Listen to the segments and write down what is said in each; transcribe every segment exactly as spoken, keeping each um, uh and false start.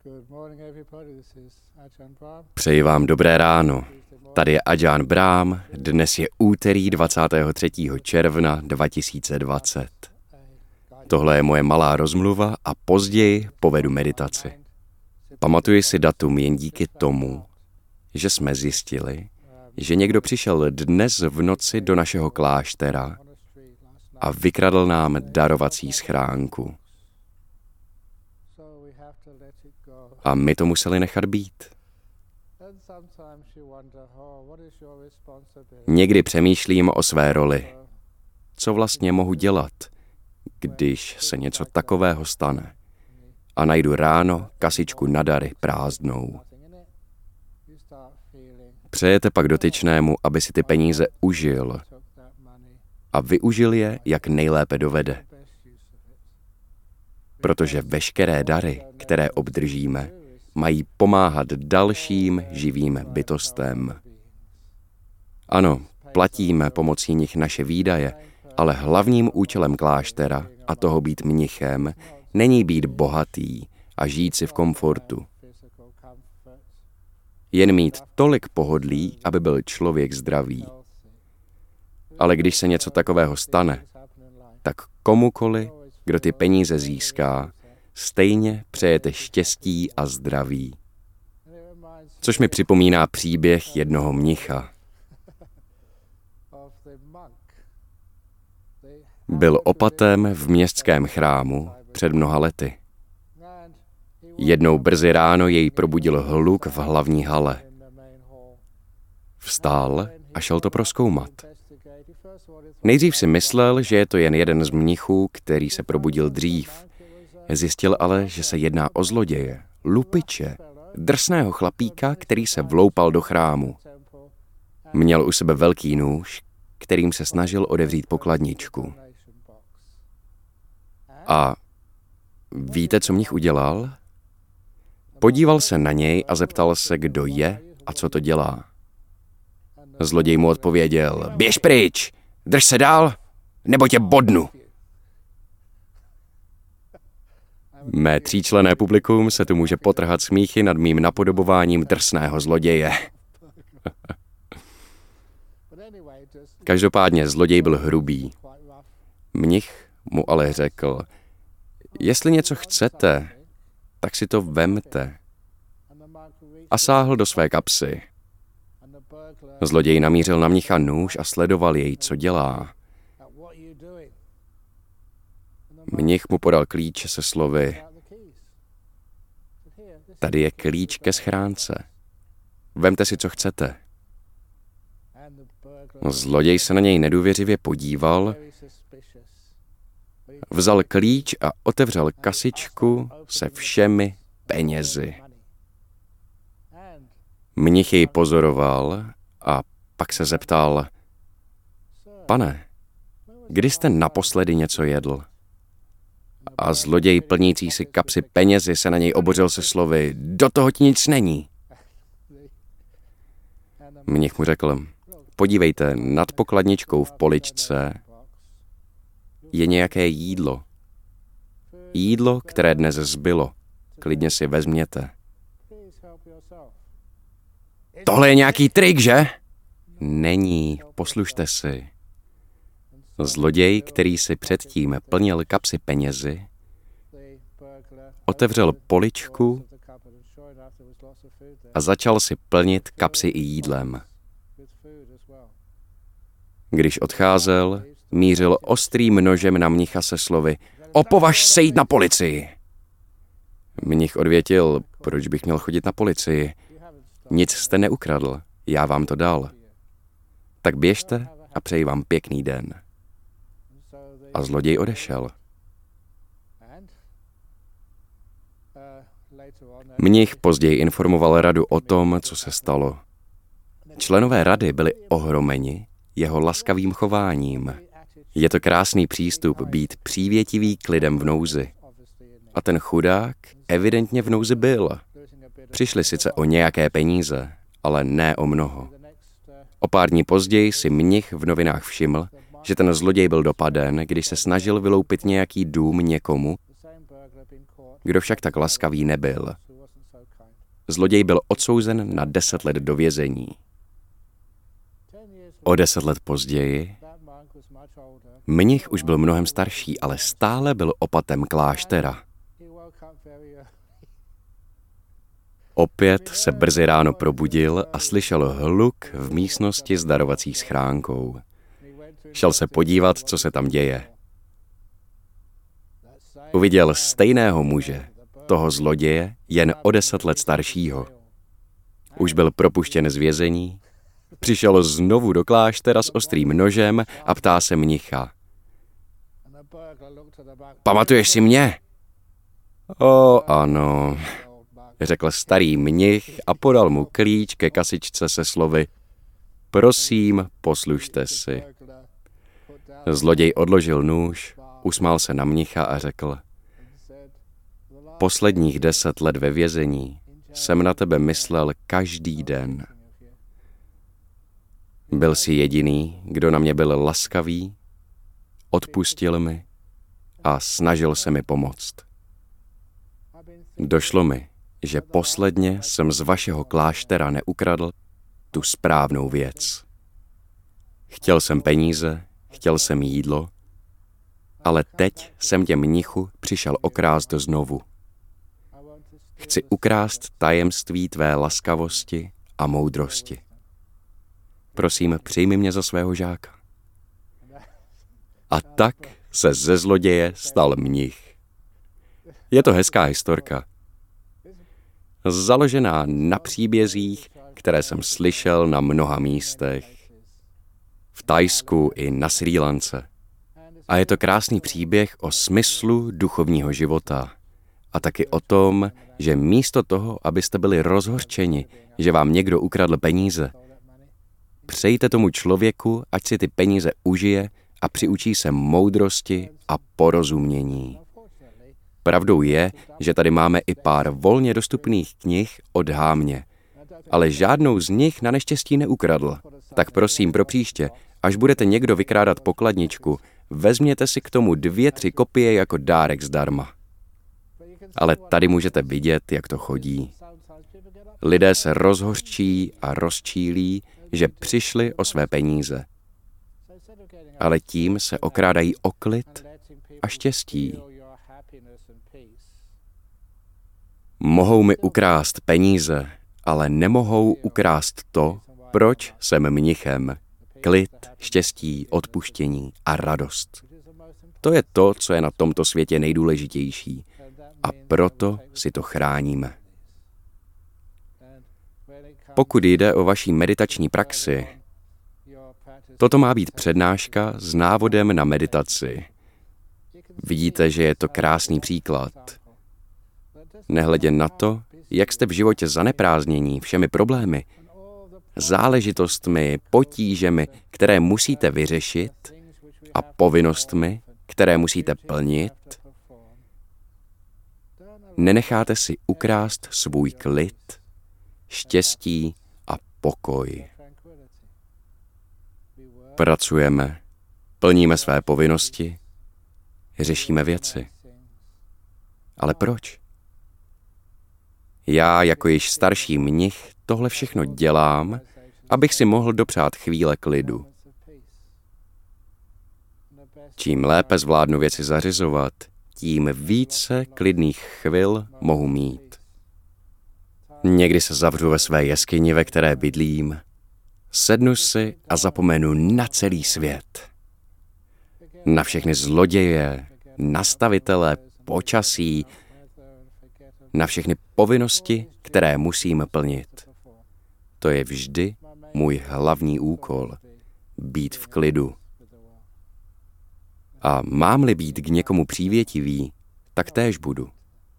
Přeji vám dobré ráno. Tady je Ajahn Brahm, dnes je úterý dvacátého třetího června dva tisíce dvacet. Tohle je moje malá rozmluva a později povedu meditaci. Pamatuji si datum jen díky tomu, že jsme zjistili, že někdo přišel dnes v noci do našeho kláštera a vykradl nám darovací schránku. A my to museli nechat být. Někdy přemýšlím o své roli. Co vlastně mohu dělat, když se něco takového stane a najdu ráno kasičku na dary prázdnou? Přejete pak dotyčnému, aby si ty peníze užil a využil je, jak nejlépe dovede. Protože veškeré dary, které obdržíme, mají pomáhat dalším živým bytostem. Ano, platíme pomocí nich naše výdaje, ale hlavním účelem kláštera, a toho být mnichem, není být bohatý a žít si v komfortu. Jen mít tolik pohodlí, aby byl člověk zdravý. Ale když se něco takového stane, tak komukoli, kdo ty peníze získá, stejně přejete štěstí a zdraví. Což mi připomíná příběh jednoho mnicha. Byl opatem v městském chrámu před mnoha lety. Jednou brzy ráno jej probudil hluk v hlavní hale. Vstál a šel to prozkoumat. Nejdřív si myslel, že je to jen jeden z mnichů, který se probudil dřív. Zjistil ale, že se jedná o zloděje, lupiče, drsného chlapíka, který se vloupal do chrámu. Měl u sebe velký nůž, kterým se snažil odevřít pokladničku. A víte, co mnich udělal? Podíval se na něj a zeptal se, kdo je a co to dělá. Zloděj mu odpověděl: běž pryč, drž se dál, nebo tě bodnu. Mé tříčlenné publikum se tu může potrhat smíchy nad mým napodobováním drsného zloděje. Každopádně zloděj byl hrubý. Mnich mu ale řekl: jestli něco chcete, tak si to vemte. A sáhl do své kapsy. Zloděj namířil na mnicha nůž a sledoval jej, co dělá. Mnich mu podal klíč se slovy: tady je klíč ke schránce. Vemte si, co chcete. Zloděj se na něj nedůvěřivě podíval, vzal klíč a otevřel kasičku se všemi penězi. Mnich jej pozoroval a pak se zeptal: pane, kdy jste naposledy něco jedl? A zloděj plnící si kapsy penězi se na něj obořil se slovy: do toho ti nic není. Mnich mu řekl: podívejte, nad pokladničkou v poličce je nějaké jídlo. Jídlo, které dnes zbylo. Klidně si vezměte. Tohle je nějaký trik, že? Není, poslušte si. Zloděj, který si předtím plnil kapsy penězi, otevřel poličku a začal si plnit kapsy i jídlem. Když odcházel, mířil ostrým nožem na mnicha se slovy: opovaž se jít na policii. Mnich odvětil: proč bych měl chodit na policii? Nic jste neukradl, já vám to dal. Tak běžte a přeji vám pěkný den. A zloděj odešel. Mnich později informoval radu o tom, co se stalo. Členové rady byli ohromeni jeho laskavým chováním. Je to krásný přístup být přívětivý k lidem v nouzi. A ten chudák evidentně v nouzi byl. Přišli sice o nějaké peníze, ale ne o mnoho. O pár dní později si mnich v novinách všiml, že ten zloděj byl dopaden, když se snažil vyloupit nějaký dům někomu, kdo však tak laskavý nebyl. zloděj byl odsouzen na deset let do vězení. O deset let později mnich už byl mnohem starší, ale stále byl opatem kláštera. Opět se brzy ráno probudil a slyšel hluk v místnosti s darovací schránkou. Šel se podívat, co se tam děje. Uviděl stejného muže, toho zloděje, jen o deset let staršího. Už byl propuštěn z vězení, přišel znovu do kláštera s ostrým nožem a ptá se mnicha. Pamatuješ si mě? O, ano, řekl starý mnich a podal mu klíč ke kasičce se slovy prosím, poslušte si. Zloděj odložil nůž, usmál se na mnicha a řekl posledních deset let ve vězení jsem na tebe myslel každý den. Byl jsi jediný, kdo na mě byl laskavý, odpustil mi a snažil se mi pomoct. Došlo mi, že posledně jsem z vašeho kláštera neukradl tu správnou věc. Chtěl jsem peníze, chtěl jsem jídlo, ale teď jsem tě, mnichu, přišel okrást znovu. Chci ukrást tajemství tvé laskavosti a moudrosti. Prosím, přijmi mě za svého žáka. A tak se ze zloděje stal mnich. Je to hezká historka, založená na příbězích, které jsem slyšel na mnoha místech, v Thajsku i na Srí Lance. A je to krásný příběh o smyslu duchovního života a taky o tom, že místo toho, abyste byli rozhořčeni, že vám někdo ukradl peníze, přejte tomu člověku, ať si ty peníze užije a přiučí se moudrosti a porozumění. Pravdou je, že tady máme i pár volně dostupných knih od Hámě, ale žádnou z nich na neštěstí neukradl. Tak prosím pro příště, až budete někdo vykrádat pokladničku, vezměte si k tomu dvě, tři kopie jako dárek zdarma. Ale tady můžete vidět, jak to chodí. Lidé se rozhořčí a rozčílí, že přišli o své peníze. Ale tím se okrádají o klid a štěstí. Mohou mi ukrást peníze, ale nemohou ukrást to, proč jsem mnichem. Klid, štěstí, odpuštění a radost. To je to, co je na tomto světě nejdůležitější. A proto si to chráníme. Pokud jde o vaši meditační praxi, toto má být přednáška s návodem na meditaci. Vidíte, že je to krásný příklad. Nehledě na to, jak jste v životě zaneprázdnění všemi problémy, záležitostmi, potížemi, které musíte vyřešit, a povinnostmi, které musíte plnit, nenecháte si ukrást svůj klid, štěstí a pokoj. Pracujeme, plníme své povinnosti, řešíme věci. Ale proč? Já jako již starší mnich tohle všechno dělám, abych si mohl dopřát chvíle klidu. Čím lépe zvládnu věci zařizovat, tím více klidných chvil mohu mít. Někdy se zavřu ve své jeskyni, ve které bydlím, sednu si a zapomenu na celý svět. Na všechny zloděje, nastavitele, počasí, na všechny povinnosti, které musím plnit. To je vždy můj hlavní úkol, být v klidu. A mám-li být k někomu přívětivý, tak též budu.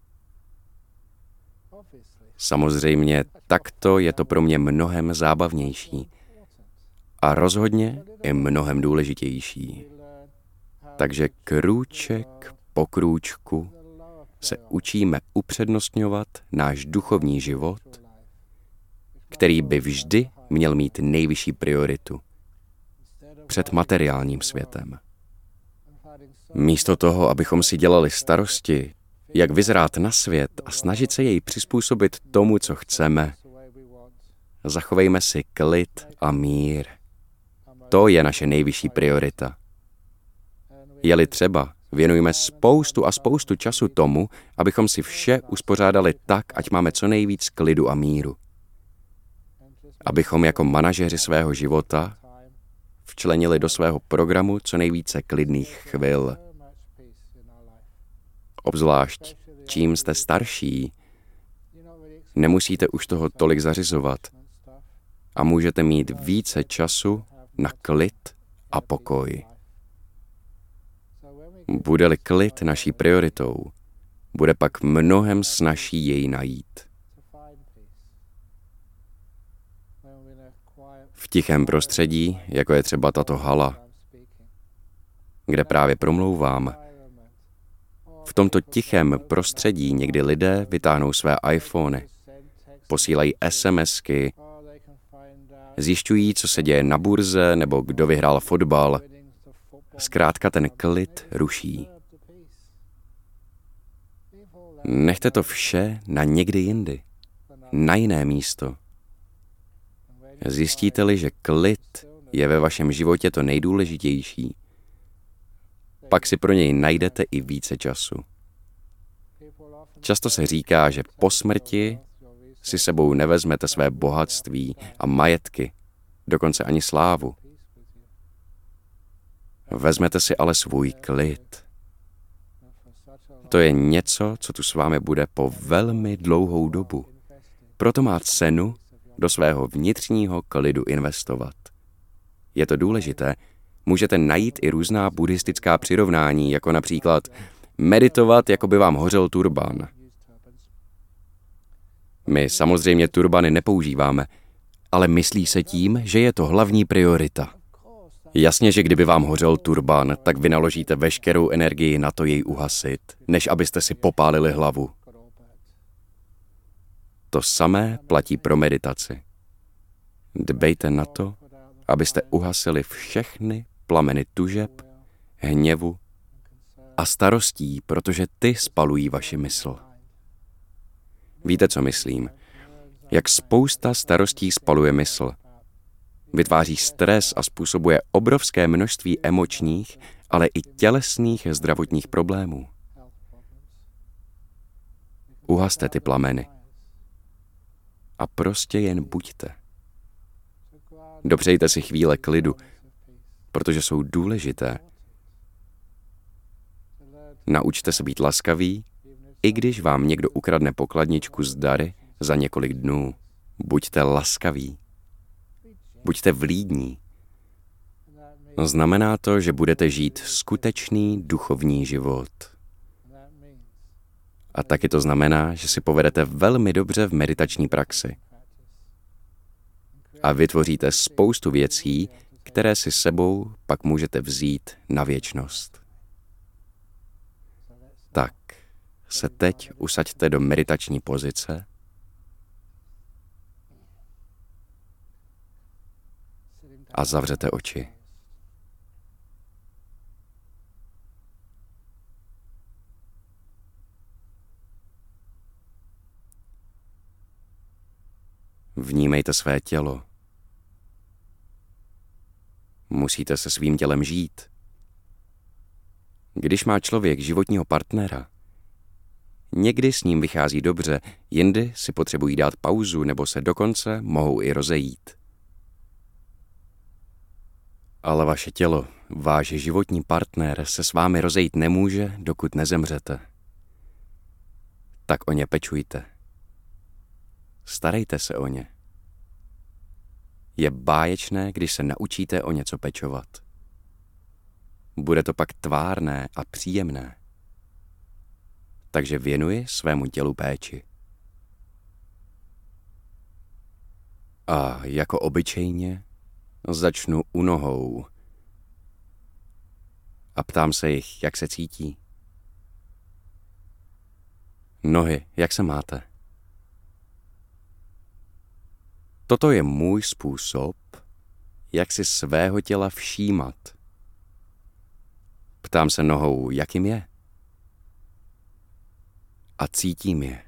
Samozřejmě takto je to pro mě mnohem zábavnější a rozhodně i mnohem důležitější. Takže krůček po krůčku se učíme upřednostňovat náš duchovní život, který by vždy měl mít nejvyšší prioritu před materiálním světem. Místo toho, abychom si dělali starosti, jak vyzrát na svět a snažit se jej přizpůsobit tomu, co chceme, zachovejme si klid a mír. To je naše nejvyšší priorita. Je-li třeba, věnujeme spoustu a spoustu času tomu, abychom si vše uspořádali tak, ať máme co nejvíc klidu a míru. Abychom jako manažeři svého života včlenili do svého programu co nejvíce klidných chvil. Obzvlášť, čím jste starší, nemusíte už toho tolik zařizovat a můžete mít více času na klid a pokoj. Bude-li klid naší prioritou, bude pak mnohem snazší jej najít. V tichém prostředí, jako je třeba tato hala, kde právě promlouvám, v tomto tichém prostředí někdy lidé vytáhnou své iPhony, posílají SMSky, zjišťují, co se děje na burze nebo kdo vyhrál fotbal. Zkrátka ten klid ruší. Nechte to vše na někdy jindy, na jiné místo. Zjistíte-li, že klid je ve vašem životě to nejdůležitější, pak si pro něj najdete i více času. Často se říká, že po smrti si sebou nevezmete své bohatství a majetky, dokonce ani slávu. Vezmete si ale svůj klid. To je něco, co tu s vámi bude po velmi dlouhou dobu. Proto má cenu do svého vnitřního klidu investovat. Je to důležité. Můžete najít i různá buddhistická přirovnání, jako například meditovat, jako by vám hořel turban. My samozřejmě turbany nepoužíváme, ale myslí se tím, že je to hlavní priorita. Jasně, že kdyby vám hořel turban, tak vynaložíte veškerou energii na to jej uhasit, než abyste si popálili hlavu. To samé platí pro meditaci. Dbejte na to, abyste uhasili všechny plameny tužeb, hněvu a starostí, protože ty spalují vaši mysl. Víte, co myslím? Jak spousta starostí spaluje mysl. Vytváří stres a způsobuje obrovské množství emočních, ale i tělesných zdravotních problémů. Uhaste ty plameny. A prostě jen buďte. Dopřejte si chvíle klidu, protože jsou důležité. Naučte se být laskaví, i když vám někdo ukradne pokladničku s dary za několik dnů. Buďte laskaví. Buďte vlídní. Znamená to, že budete žít skutečný duchovní život. A taky to znamená, že si povedete velmi dobře v meditační praxi. A vytvoříte spoustu věcí, které si sebou pak můžete vzít na věčnost. Tak se teď usaďte do meditační pozice a zavřete oči. Vnímejte své tělo. Musíte se svým tělem žít. Když má člověk životního partnera, někdy s ním vychází dobře, jindy si potřebují dát pauzu nebo se dokonce mohou i rozejít. Ale vaše tělo, váš životní partner se s vámi rozejít nemůže, dokud nezemřete. Tak o ně pečujte. Starejte se o ně. Je báječné, když se naučíte o něco pečovat. Bude to pak tvárné a příjemné. Takže věnuji svému tělu péči. A jako obyčejně začnu u nohou a ptám se jich, jak se cítí. Nohy, jak se máte? Toto je můj způsob, jak si svého těla všímat. Ptám se nohou, jak jim je. a cítím je.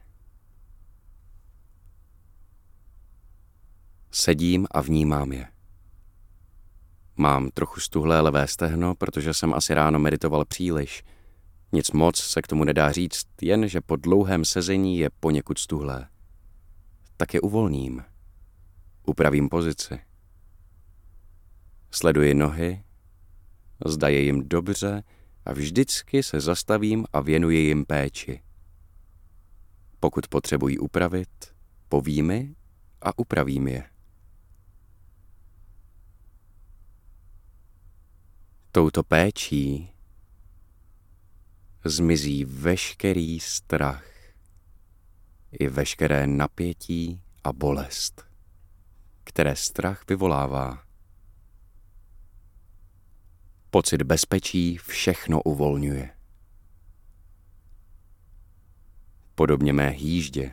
Sedím a vnímám je. Mám trochu stuhlé levé stehno, protože jsem asi ráno meditoval příliš. Nic moc se k tomu nedá říct, jen že po dlouhém sezení je poněkud stuhlé. Tak je uvolním. Upravím pozici. Sleduji nohy, zda je jim dobře a vždycky se zastavím a věnuji jim péči. Pokud potřebují upravit, poví mi a upravím je. Touto péčí zmizí veškerý strach i veškeré napětí a bolest, které strach vyvolává. Pocit bezpečí všechno uvolňuje. Podobně mé hýždě.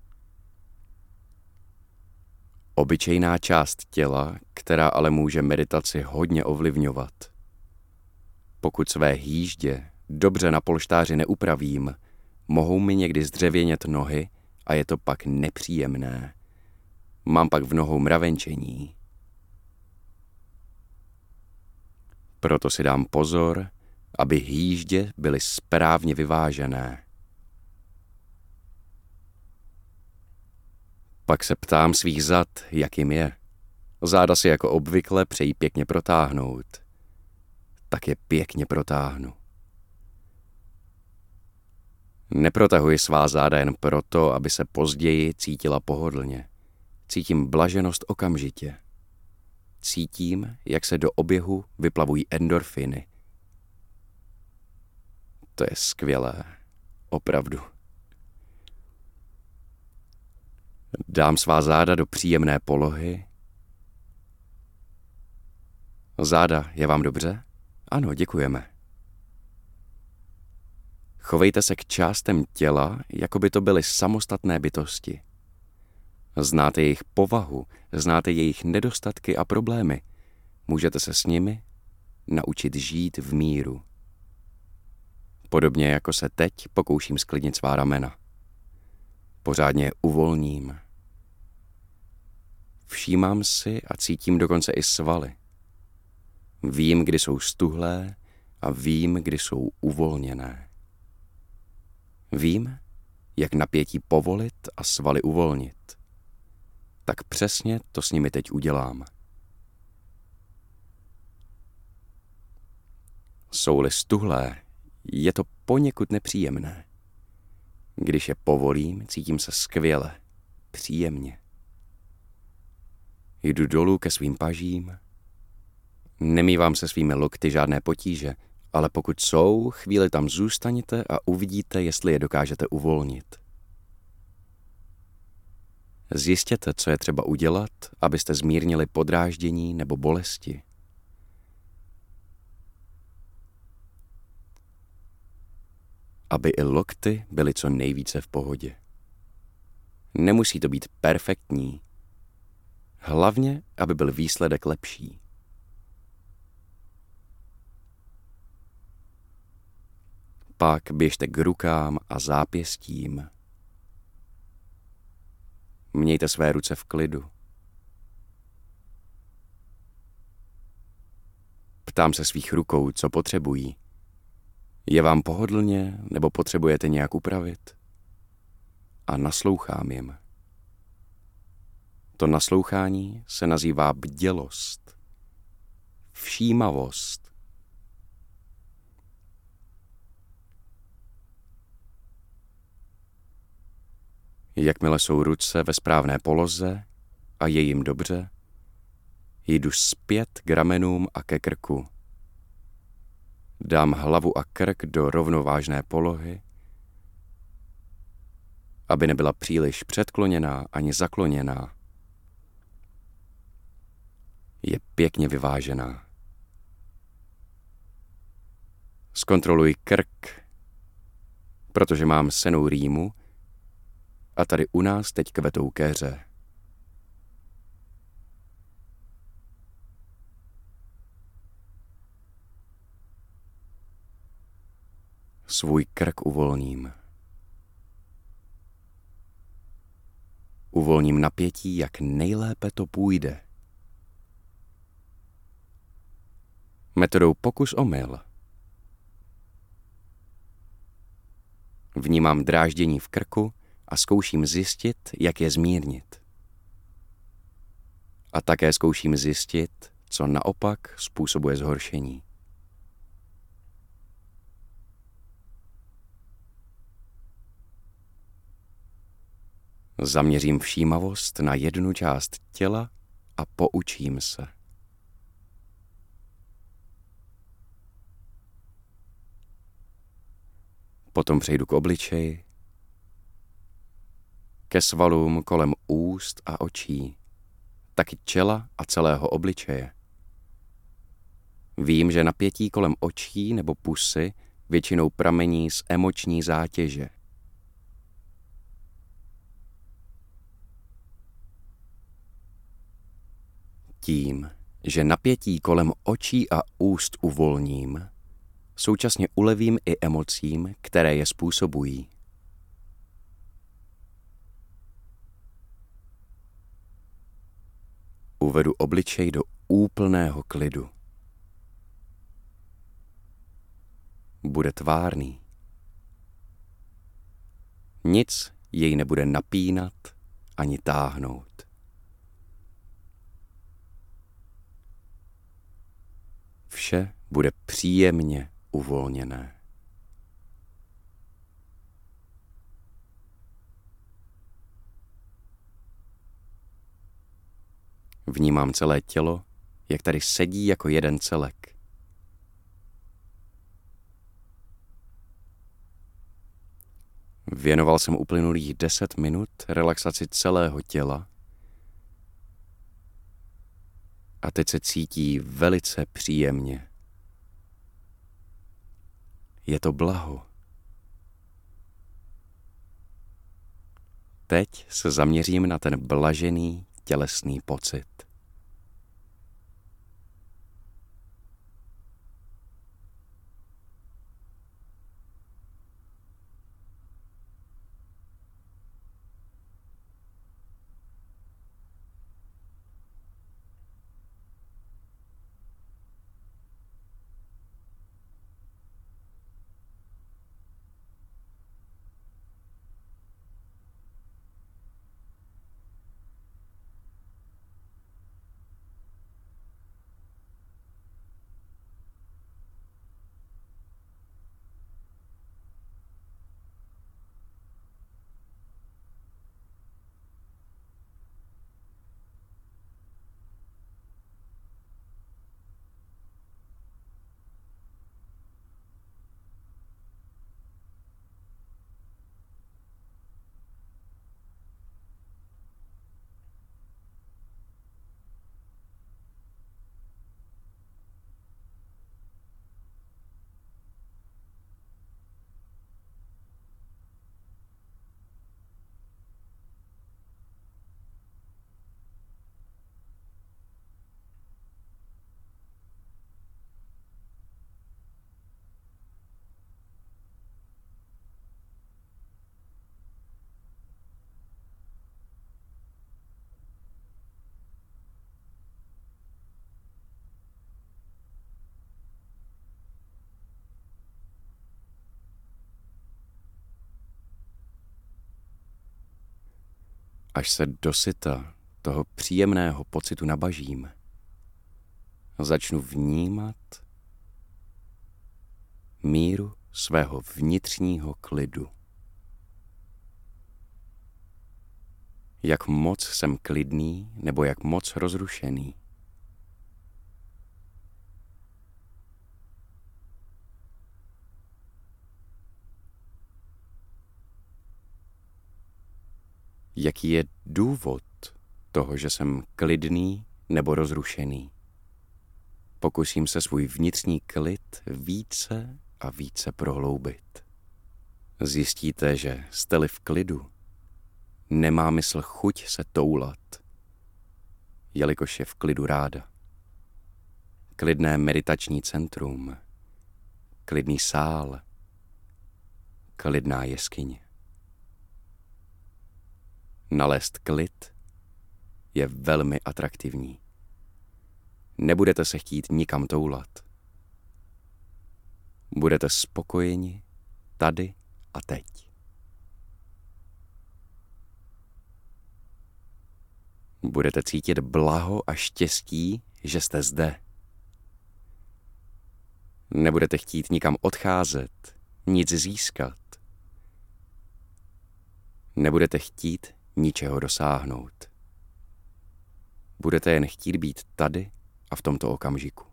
Obyčejná část těla, která ale může meditaci hodně ovlivňovat. Pokud své hýždě dobře na polštáři neupravím, mohou mi někdy zdřevěnět nohy a je to pak nepříjemné. Mám pak v nohou mravenčení. Proto si dám pozor, aby hýždě byly správně vyvážené. Pak se ptám svých zad, jak jim je. Záda si jako obvykle přejí pěkně protáhnout. Tak je pěkně protáhnu. Neprotahuji svá záda jen proto, aby se později cítila pohodlně. Cítím blaženost okamžitě. Cítím, jak se do oběhu vyplavují endorfiny. To je skvělé. Opravdu. Dám svá záda do příjemné polohy. Záda, je vám dobře? Ano, děkujeme. Chovejte se k částem těla, jako by to byly samostatné bytosti. Znáte jejich povahu, znáte jejich nedostatky a problémy. Můžete se s nimi naučit žít v míru. Podobně jako se teď pokouším sklidnit svá ramena. Pořádně je uvolním. Všímám si a cítím dokonce i svaly. Vím, kdy jsou stuhlé a vím, kdy jsou uvolněné. Vím, jak napětí povolit a svaly uvolnit. Tak přesně to s nimi teď udělám. Jsou-li stuhlé, je to poněkud nepříjemné. Když je povolím, cítím se skvěle, příjemně. Jdu dolů ke svým pažím. Nemívám se svými lokty žádné potíže, ale pokud jsou, chvíli tam zůstaňte a uvidíte, jestli je dokážete uvolnit. Zjistěte, co je třeba udělat, abyste zmírnili podráždění nebo bolesti. Aby i lokty byly co nejvíce v pohodě. Nemusí to být perfektní. Hlavně, aby byl výsledek lepší. Pak běžte k rukám a zápěstím. Mějte své ruce v klidu. Ptám se svých rukou, co potřebují. Je vám pohodlně, nebo potřebujete nějak upravit? A naslouchám jim. To naslouchání se nazývá bdělost, všímavost. Jakmile jsou ruce ve správné poloze a je jim dobře, jdu zpět k ramenům a ke krku. Dám hlavu a krk do rovnovážné polohy, aby nebyla příliš předkloněná ani zakloněná. Je pěkně vyvážená. Zkontroluji krk, protože mám senou rýmu a tady u nás teď kvetou keře. Svůj krk uvolním. Uvolním napětí, jak nejlépe to půjde. Metodou pokus omyl. Vnímám dráždění v krku a zkouším zjistit, jak je zmírnit. A také zkouším zjistit, co naopak způsobuje zhoršení. Zaměřím všímavost na jednu část těla a poučím se. Potom přejdu k obličeji, ke svalům kolem úst a očí, taky čela a celého obličeje. Vím, že napětí kolem očí nebo pusy většinou pramení z emoční zátěže. Tím, že napětí kolem očí a úst uvolním, současně ulevím i emocím, které je způsobují. Uvedu obličej do úplného klidu. Bude tvárný. Nic jej nebude napínat ani táhnout. Vše bude příjemně uvolněné. Vnímám celé tělo, jak tady sedí jako jeden celek. Věnoval jsem uplynulých deset minut relaxaci celého těla a teď se cítí velice příjemně. Je to blaho. Teď se zaměřím na ten blažený tělesný pocit. Až se dosyta toho příjemného pocitu nabažím, začnu vnímat míru svého vnitřního klidu. Jak moc jsem klidný nebo jak moc rozrušený. Jaký je důvod toho, že jsem klidný nebo rozrušený? Pokusím se svůj vnitřní klid více a více prohloubit. Zjistíte, že jste-li v klidu, nemá mysl chuť se toulat, jelikož je v klidu ráda. Klidné meditační centrum, klidný sál, klidná jeskyně. nalézt klid je velmi atraktivní. Nebudete se chtít nikam toulat. Budete spokojeni tady a teď. Budete cítit blaho a štěstí, že jste zde. Nebudete chtít nikam odcházet, nic získat. Nebudete chtít ničeho dosáhnout. Budete jen chtít být tady a v tomto okamžiku.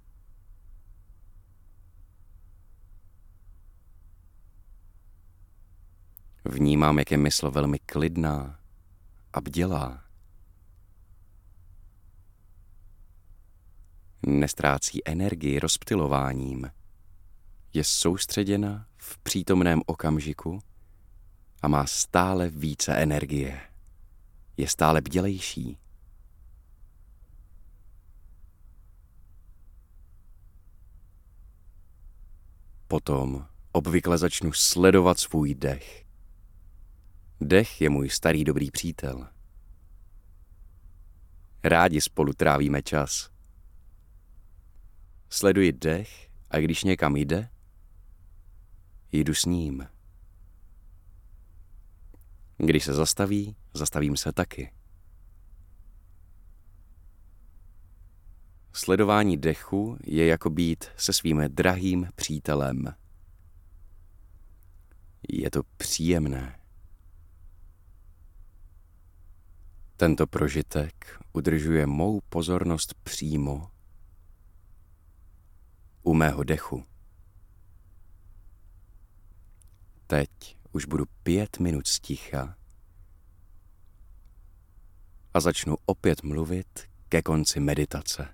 Vnímám, jak je mysl velmi klidná a bdělá. Nestrácí energii rozptylováním. Je soustředěna v přítomném okamžiku a má stále více energie. Je stále bdělejší. Potom obvykle začnu sledovat svůj dech. Dech je můj starý dobrý přítel. Rádi spolu trávíme čas. Sleduji dech a když někam jde, jdu s ním. Když se zastaví, zastavím se taky. Sledování dechu je jako být se svým drahým přítelem. Je to příjemné. Tento prožitek udržuje mou pozornost přímo u mého dechu. Teď už budu pět minut sticha a začnu opět mluvit ke konci meditace.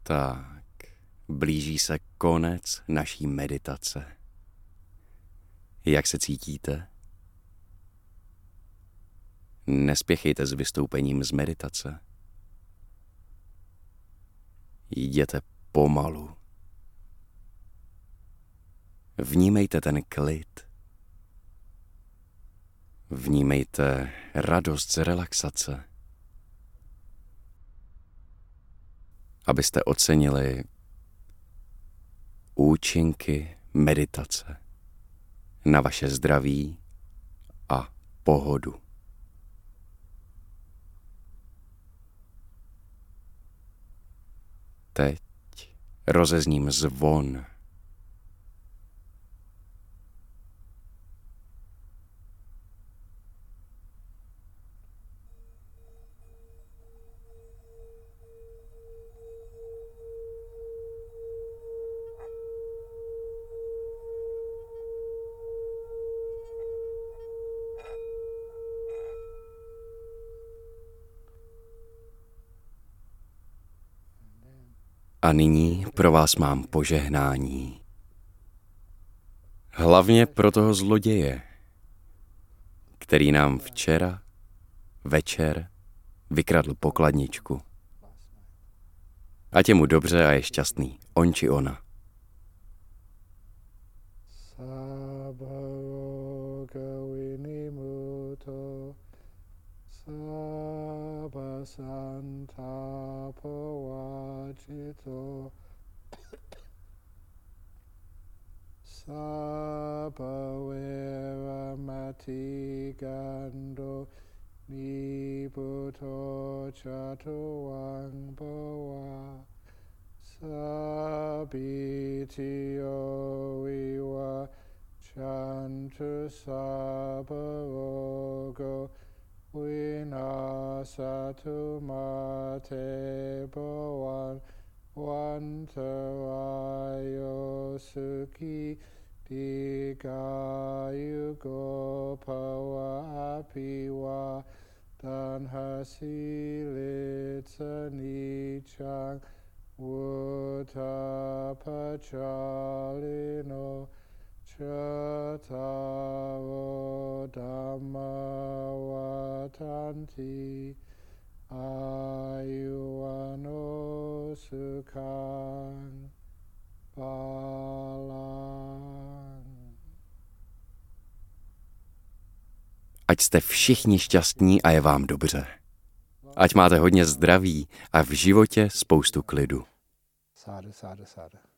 Tak, blíží se konec naší meditace. Jak se cítíte? Nespěchejte s vystoupením z meditace. Jděte pomalu. Vnímejte ten klid. Vnímejte radost z relaxace. Abyste ocenili účinky meditace na vaše zdraví a pohodu. Teď rozezním zvon. A nyní pro vás mám požehnání. Hlavně pro toho zloděje, který nám včera večer vykradl pokladničku. Ať je mu dobře a je šťastný, on či ona. Santapovajito Sabhavira gando niputo chatuang bhava Sabitio iwa chantu sabhavogo Vinasatu mate bhavan vantarayo sukhi dikayugo bhava apiva danhasilitsa nichang utapachalino Chatavo Dhamma Vatanti Ayuano Sukhang Balang. Ať jste všichni šťastní a je vám dobře. Ať máte hodně zdraví a v životě spoustu klidu. Sadhu, sadhu, sadhu.